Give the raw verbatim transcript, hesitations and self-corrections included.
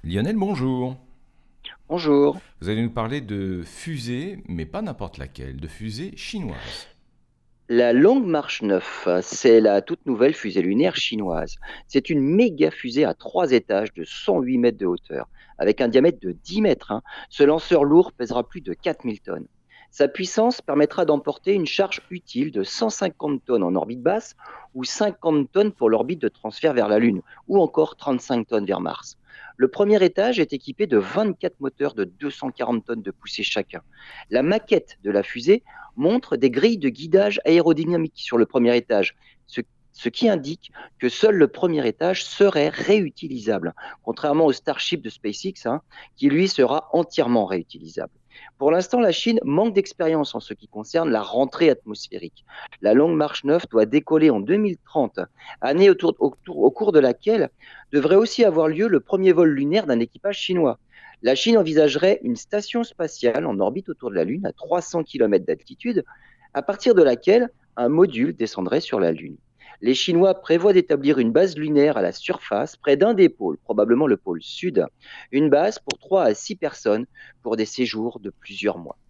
Lionel, bonjour. Bonjour. Vous allez nous parler de fusée, mais pas n'importe laquelle, de fusée chinoise. La Longue Marche neuf, c'est la toute nouvelle fusée lunaire chinoise. C'est une méga fusée à trois étages de cent huit mètres de hauteur, avec un diamètre de dix mètres, hein. Ce lanceur lourd pèsera plus de quatre mille tonnes. Sa puissance permettra d'emporter une charge utile de cent cinquante tonnes en orbite basse ou cinquante tonnes pour l'orbite de transfert vers la Lune, ou encore trente-cinq tonnes vers Mars. Le premier étage est équipé de vingt-quatre moteurs de deux cent quarante tonnes de poussée chacun. La maquette de la fusée montre des grilles de guidage aérodynamique sur le premier étage, ce, ce qui indique que seul le premier étage serait réutilisable, contrairement au Starship de SpaceX, hein, qui lui sera entièrement réutilisable. Pour l'instant, la Chine manque d'expérience en ce qui concerne la rentrée atmosphérique. La Longue Marche neuf doit décoller en deux mille trente, année autour, autour, au cours de laquelle devrait aussi avoir lieu le premier vol lunaire d'un équipage chinois. La Chine envisagerait une station spatiale en orbite autour de la Lune à trois cents kilomètres d'altitude, à partir de laquelle un module descendrait sur la Lune. Les Chinois prévoient d'établir une base lunaire à la surface, près d'un des pôles, probablement le pôle sud, une base pour trois à six personnes pour des séjours de plusieurs mois.